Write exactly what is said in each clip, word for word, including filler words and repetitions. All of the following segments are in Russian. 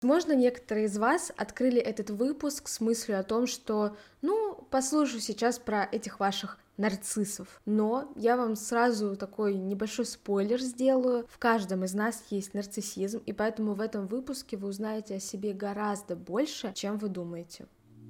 Возможно, некоторые из вас открыли этот выпуск с мыслью о том, что, ну, послушаю сейчас про этих ваших нарциссов. Но я вам сразу такой небольшой спойлер сделаю. В каждом из нас есть нарциссизм, и поэтому в этом выпуске вы узнаете о себе гораздо больше, чем вы думаете.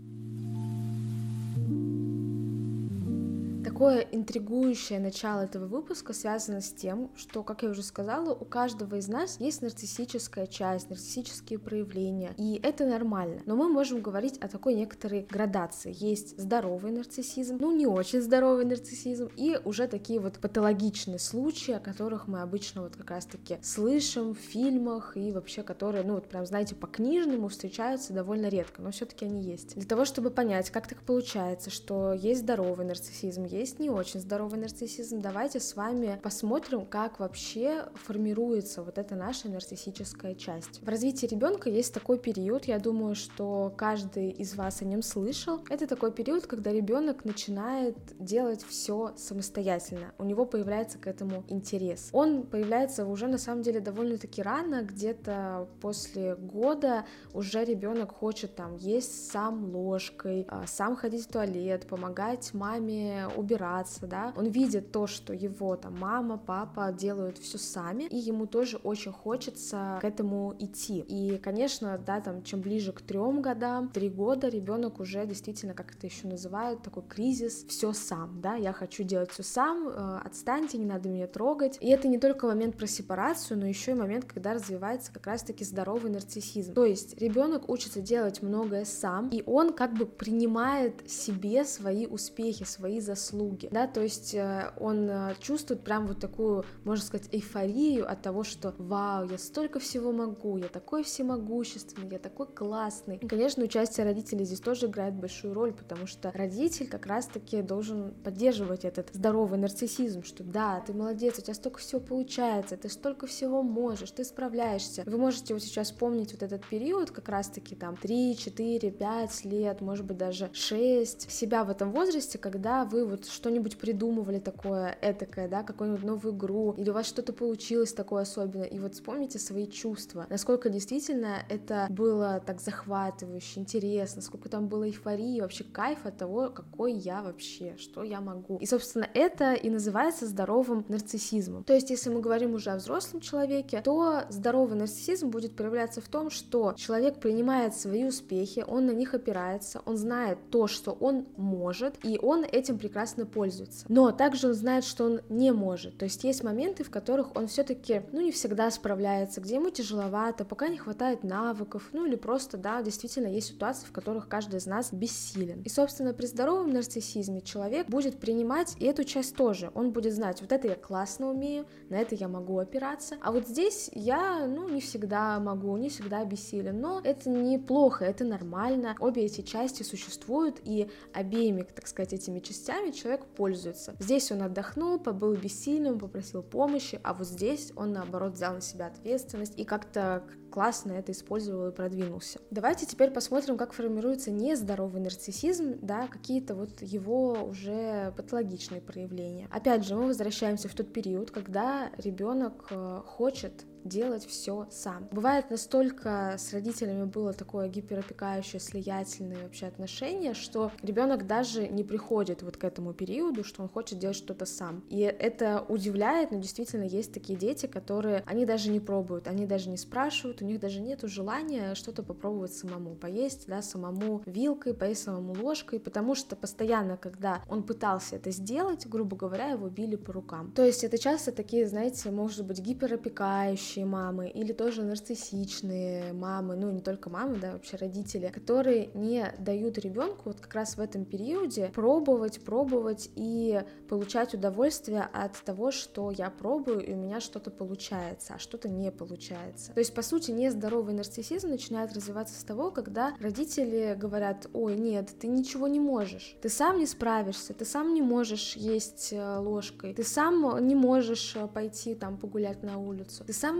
Такое интригующее начало этого выпуска связано с тем, что, как я уже сказала, у каждого из нас есть нарциссическая часть, нарциссические проявления, и это нормально. Но мы можем говорить о такой некоторой градации. Есть здоровый нарциссизм, ну не очень здоровый нарциссизм, и уже такие вот патологичные случаи, о которых мы обычно вот как раз-таки слышим в фильмах, и вообще которые, ну вот прям, знаете, по-книжному встречаются довольно редко, но все-таки они есть. Для того, чтобы понять, как так получается, что есть здоровый нарциссизм, есть не очень здоровый нарциссизм, давайте с вами посмотрим, как вообще формируется вот эта наша нарциссическая часть. В развитии ребенка есть такой период, я думаю, что каждый из вас о нем слышал. Это такой период, когда ребенок начинает делать все самостоятельно, у него появляется к этому интерес. Он появляется уже на самом деле довольно-таки рано, где-то после года уже ребенок хочет там есть сам ложкой, сам ходить в туалет, помогать маме убираться, да, он видит то, что его там мама, папа делают все сами, и ему тоже очень хочется к этому идти. И, конечно, да, там, чем ближе к трем годам, три года, ребенок уже действительно, как это еще называют, такой кризис, все сам, да, я хочу делать все сам, отстаньте, не надо меня трогать. И это не только момент про сепарацию, но еще и момент, когда развивается как раз-таки здоровый нарциссизм. То есть ребенок учится делать многое сам, и он как бы принимает себе свои успехи, свои заслуги, да, то есть он чувствует прям вот такую, можно сказать, эйфорию от того, что вау, я столько всего могу, я такой всемогущественный, я такой классный. И, конечно, участие родителей здесь тоже играет большую роль, потому что родитель как раз-таки должен поддерживать этот здоровый нарциссизм, что да, ты молодец, у тебя столько всего получается, ты столько всего можешь, ты справляешься. Вы можете вот сейчас вспомнить вот этот период, как раз-таки там три, четыре, пять лет, может быть даже шесть, себя в этом возрасте, когда вы вот что-нибудь придумывали такое этакое, да, какую-нибудь новую игру, или у вас что-то получилось такое особенное, и вот вспомните свои чувства, насколько действительно это было так захватывающе, интересно, сколько там было эйфории, вообще кайф от того, какой я вообще, что я могу. И, собственно, это и называется здоровым нарциссизмом. То есть, если мы говорим уже о взрослом человеке, то здоровый нарциссизм будет проявляться в том, что человек принимает свои успехи, он на них опирается, он знает то, что он может, и он этим прекрасно пользуется. Но также он знает, что он не может. То есть есть моменты, в которых он все-таки, ну, не всегда справляется, где ему тяжеловато, пока не хватает навыков, ну, или просто, да, действительно есть ситуации, в которых каждый из нас бессилен. И, собственно, при здоровом нарциссизме человек будет принимать и эту часть тоже. Он будет знать, вот это я классно умею, на это я могу опираться, а вот здесь я, ну, не всегда могу, не всегда бессилен, но это неплохо, это нормально. Обе эти части существуют, и обеими, так сказать, этими частями человек пользуется. Здесь он отдохнул, побыл бессильным, попросил помощи, а вот здесь он, наоборот, взял на себя ответственность и как-то классно это использовал и продвинулся. Давайте теперь посмотрим, как формируется нездоровый нарциссизм, да, какие-то вот его уже патологичные проявления. Опять же, мы возвращаемся в тот период, когда ребенок хочет делать все сам. Бывает, настолько с родителями было такое гиперопекающее, слиятельное вообще отношение, что ребенок даже не приходит вот к этому периоду, что он хочет делать что-то сам. И это удивляет, но действительно есть такие дети, которые, они даже не пробуют, они даже не спрашивают, у них даже нету желания что-то попробовать самому, поесть, да, самому вилкой, поесть самому ложкой, потому что постоянно, когда он пытался это сделать, грубо говоря, его били по рукам. То есть это часто такие, знаете, может быть, гиперопекающие мамы или тоже нарциссичные мамы, ну не только мамы, да, вообще родители, которые не дают ребенку вот как раз в этом периоде пробовать, пробовать и получать удовольствие от того, что я пробую и у меня что-то получается, а что-то не получается. То есть, по сути, нездоровый нарциссизм начинает развиваться с того, когда родители говорят: ой, нет, ты ничего не можешь, ты сам не справишься, ты сам не можешь есть ложкой, ты сам не можешь пойти там погулять на улицу, ты сам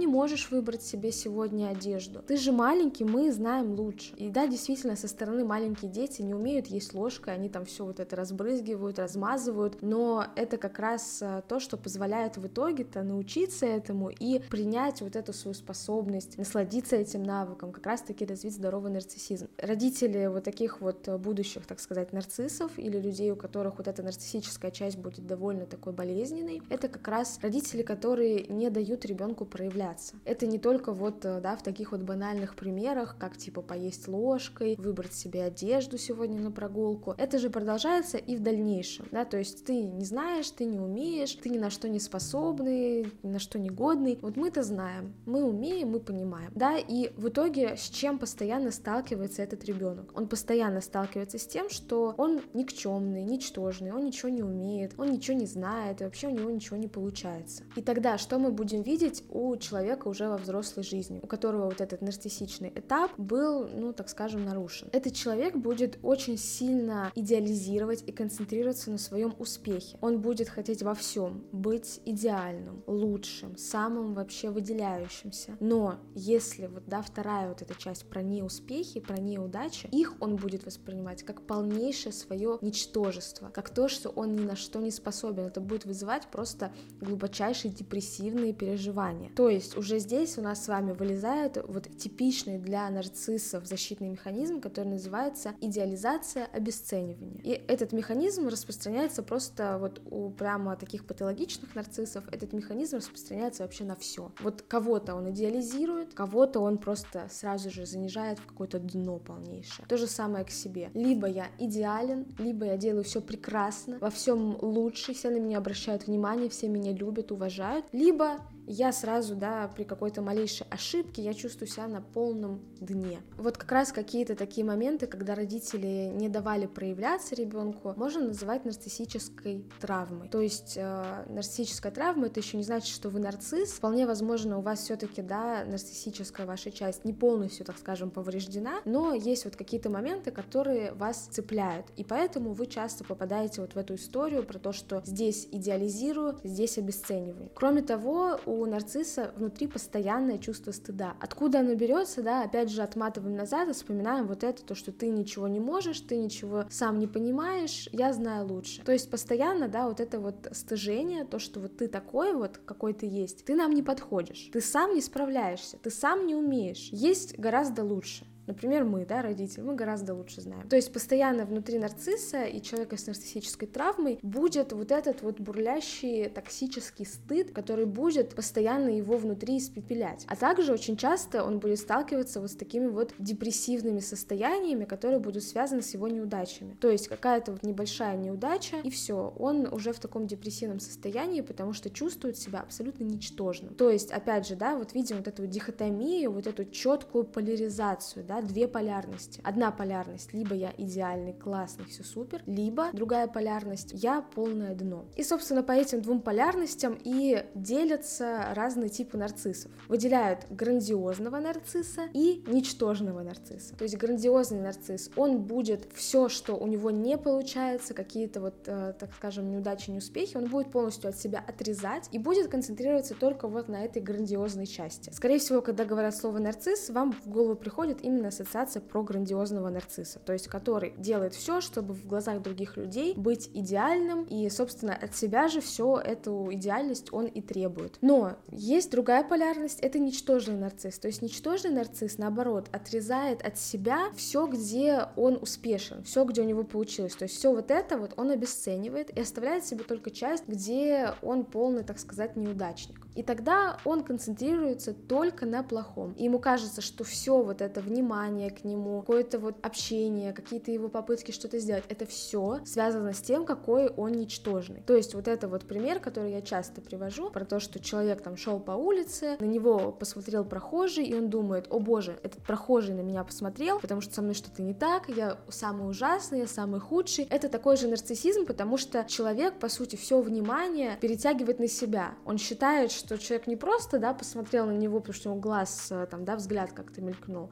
не можешь выбрать себе сегодня одежду. Ты же маленький, мы знаем лучше. И да, действительно, со стороны маленькие дети не умеют есть ложкой, они там все вот это разбрызгивают, размазывают, но это как раз то, что позволяет в итоге-то научиться этому и принять вот эту свою способность, насладиться этим навыком, как раз-таки развить здоровый нарциссизм. Родители вот таких вот будущих, так сказать, нарциссов или людей, у которых вот эта нарциссическая часть будет довольно такой болезненной, это как раз родители, которые не дают ребенку проявляться. Это не только вот, да, в таких вот банальных примерах, как типа поесть ложкой, выбрать себе одежду сегодня на прогулку. Это же продолжается и в дальнейшем, да, то есть ты не знаешь, ты не умеешь, ты ни на что не способный, ни на что не годный. Вот мы-то знаем, мы умеем, мы понимаем, да, и в итоге с чем постоянно сталкивается этот ребенок? Он постоянно сталкивается с тем, что он никчемный, ничтожный, он ничего не умеет, он ничего не знает, и вообще у него ничего не получается. И тогда что мы будем видеть у человека уже во взрослой жизни, у которого вот этот нарциссичный этап был, ну, так скажем, нарушен? Этот человек будет очень сильно идеализировать и концентрироваться на своем успехе. Он будет хотеть во всем быть идеальным, лучшим, самым вообще выделяющимся. Но если вот, да, вторая вот эта часть про неуспехи, про неудачи, их он будет воспринимать как полнейшее свое ничтожество, как то, что он ни на что не способен. Это будет вызывать просто глубочайшие депрессивные переживания. То есть уже здесь у нас с вами вылезает вот типичный для нарциссов защитный механизм, который называется идеализация обесценивания. И этот механизм распространяется просто вот у прямо таких патологичных нарциссов, этот механизм распространяется вообще на все. Вот кого-то он идеализирует, кого-то он просто сразу же занижает в какое-то дно полнейшее. То же самое к себе. Либо я идеален, либо я делаю все прекрасно, во всем лучше, все на меня обращают внимание, все меня любят, уважают, либо я сразу, да, при какой-то малейшей ошибке я чувствую себя на полном дне. Вот как раз какие-то такие моменты, когда родители не давали проявляться ребенку, можно называть нарциссической травмой. То есть э, нарциссическая травма — это еще не значит, что вы нарцисс. Вполне возможно, у вас все-таки, да, нарциссическая ваша часть не полностью, так скажем, повреждена, но есть вот какие-то моменты, которые вас цепляют, и поэтому вы часто попадаете вот в эту историю про то, что здесь идеализирую, здесь обесцениваю. Кроме того, у нарцисса внутри постоянное чувство стыда. Откуда оно берется, да, опять же отматываем назад и вспоминаем вот это, то, что ты ничего не можешь, ты ничего сам не понимаешь, я знаю лучше. То есть постоянно, да, вот это вот стыжение, то, что вот ты такой вот, какой ты есть, ты нам не подходишь, ты сам не справляешься, ты сам не умеешь, есть гораздо лучше. Например, мы, да, родители, мы гораздо лучше знаем. То есть постоянно внутри нарцисса и человека с нарциссической травмой будет вот этот вот бурлящий токсический стыд, который будет постоянно его внутри испепелять. А также очень часто он будет сталкиваться вот с такими вот депрессивными состояниями, которые будут связаны с его неудачами. То есть какая-то вот небольшая неудача, и все, он уже в таком депрессивном состоянии, потому что чувствует себя абсолютно ничтожным. То есть, опять же, да, вот видим вот эту дихотомию, вот эту четкую поляризацию, да, две полярности. Одна полярность, либо я идеальный, классный, все супер, либо другая полярность, я полное дно. И, собственно, по этим двум полярностям и делятся разные типы нарциссов. Выделяют грандиозного нарцисса и ничтожного нарцисса. То есть грандиозный нарцисс, он будет все, что у него не получается, какие-то вот, э, так скажем, неудачи, неуспехи, он будет полностью от себя отрезать и будет концентрироваться только вот на этой грандиозной части. Скорее всего, когда говорят слово нарцисс, вам в голову приходит именно ассоциация про грандиозного нарцисса, то есть который делает все, чтобы в глазах других людей быть идеальным, и, собственно, от себя же всю эту идеальность он и требует. Но есть другая полярность, это ничтожный нарцисс, то есть ничтожный нарцисс, наоборот, отрезает от себя все, где он успешен, все, где у него получилось, то есть все вот это вот он обесценивает и оставляет себе только часть, где он полный, так сказать, неудачник. И тогда он концентрируется только на плохом. И ему кажется, что все вот это внимание к нему, какое-то вот общение, какие-то его попытки что-то сделать, это все связано с тем, какой он ничтожный. То есть вот это вот пример, который я часто привожу, про то, что человек там шел по улице, на него посмотрел прохожий, и он думает: о боже, этот прохожий на меня посмотрел, потому что со мной что-то не так, я самый ужасный, я самый худший. Это такой же нарциссизм, потому что человек, по сути, все внимание перетягивает на себя. Он считает, что человек не просто, да, посмотрел на него, потому что у него глаз, там, да, взгляд как-то мелькнул. Он считает,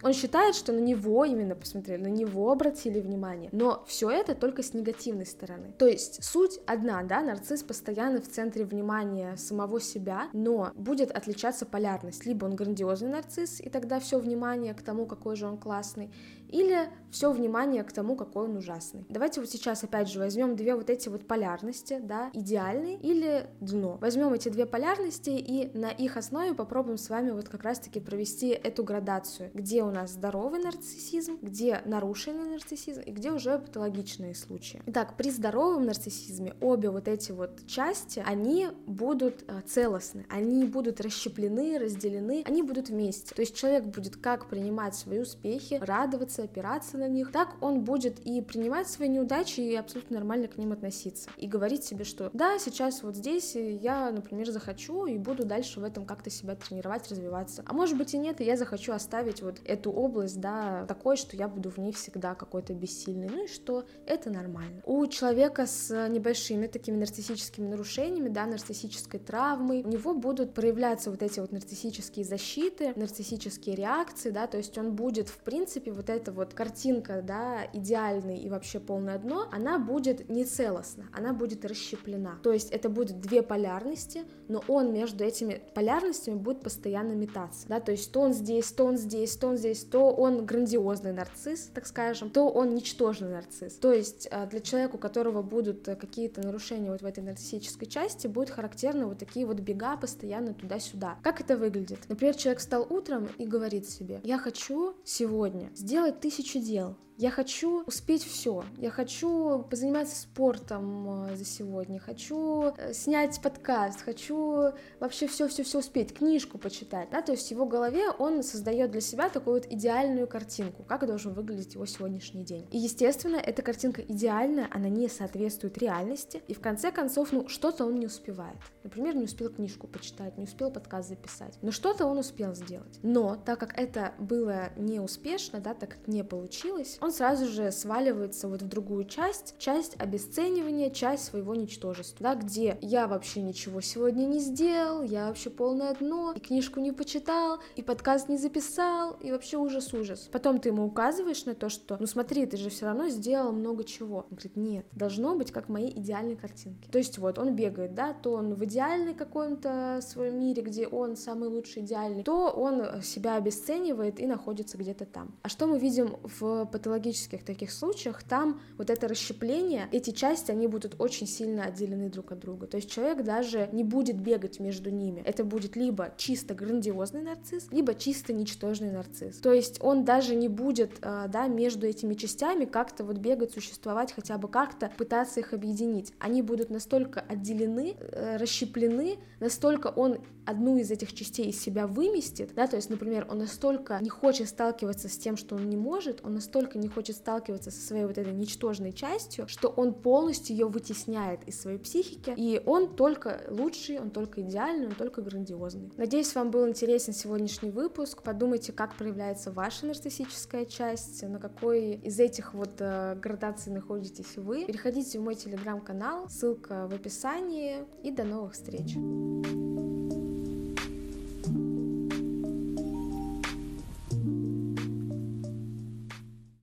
бывает, что на него именно посмотрели, на него обратили внимание, но все это только с негативной стороны. То есть суть одна, да, нарцисс постоянно в центре внимания самого себя, но будет отличаться полярность. Либо он грандиозный нарцисс, и тогда все внимание к тому, какой же он классный, или все внимание к тому, какой он ужасный. Давайте вот сейчас опять же возьмем две вот эти вот полярности, да, идеальный или дно. Возьмем эти две полярности и на их основе попробуем с вами вот как раз-таки провести эту градацию, где у нас здоровый нарциссизм, где нарушенный нарциссизм и где уже патологичные случаи. Итак, при здоровом нарциссизме обе вот эти вот части, они будут э, целостны, они будут расщеплены, разделены, они будут вместе. То есть человек будет как принимать свои успехи, радоваться, опираться на них, так он будет и принимать свои неудачи и абсолютно нормально к ним относиться. И говорить себе, что да, сейчас вот здесь я, например, захочу и буду дальше в этом как-то себя тренировать, развиваться. А может быть и нет, и я захочу оставить вот эту область, да, такой, что я буду в ней всегда какой-то бессильный. Ну и что? Это нормально. У человека с небольшими такими нарциссическими нарушениями, да, нарциссической травмой, у него будут проявляться вот эти вот нарциссические защиты, нарциссические реакции, да, то есть он будет, в принципе, вот эта вот картинка, да, идеальный и вообще полное дно, она будет нецелостна, она будет расщеплена. То есть это будут две полярности, но он между этими полярностями будет постоянно метаться, да, то есть то он здесь, то он здесь, то он здесь, то он грандиозный нарцисс, так скажем, то он ничтожный нарцисс. То есть для человека, у которого будут какие-то нарушения вот в этой нарциссической части, будет характерно вот такие вот бега постоянно туда-сюда. Как это выглядит? Например, человек встал утром и говорит себе: я хочу сегодня сделать тысячу дел, я хочу успеть все, я хочу позаниматься спортом за сегодня, хочу снять подкаст, хочу вообще все-все-все успеть, книжку почитать, да, то есть в его голове он создает для себя такую вот идеальную картинку, как должен выглядеть его сегодняшний день. И, естественно, эта картинка идеальная, она не соответствует реальности, и в конце концов, ну, что-то он не успевает. Например, не успел книжку почитать, не успел подкаст записать, но что-то он успел сделать. Но, так как это было неуспешно, да, так как не получилось, он сразу же сваливается вот в другую часть, часть обесценивания, часть своего ничтожества, да, где я вообще ничего сегодня не сделал, я вообще полное дно, и книжку не почитал, и подкаст не записал, и вообще ужас-ужас. Потом ты ему указываешь на то, что, ну смотри, ты же все равно сделал много чего. Он говорит: нет, должно быть как в моей идеальной картинке. То есть вот он бегает, да, то он в идеальной каком-то своем мире, где он самый лучший, идеальный, то он себя обесценивает и находится где-то там. А что мы видим в патологических таких случаях? Там вот это расщепление, эти части, они будут очень сильно отделены друг от друга. То есть человек даже не будет бегать между ними. Это будет либо чисто грандиозный нарцисс, либо чисто ничтожный нарцисс. То есть он даже не будет, да, между этими частями как-то вот бегать, существовать, хотя бы как-то пытаться их объединить. Они будут настолько отделены, расщеплены, настолько он одну из этих частей из себя выместит, да, то есть, например, он настолько не хочет сталкиваться с тем, что он не может, он настолько не хочет сталкиваться со своей вот этой ничтожной частью, что он полностью ее вытесняет из своей психики, и он только лучший, он только идеальный, он только грандиозный. Надеюсь, вам был интересен сегодняшний выпуск. Подумайте, как проявляется ваша нарциссическая часть, на какой из этих вот э, градаций находитесь вы. Переходите в мой телеграм-канал, ссылка в описании, и до новых встреч!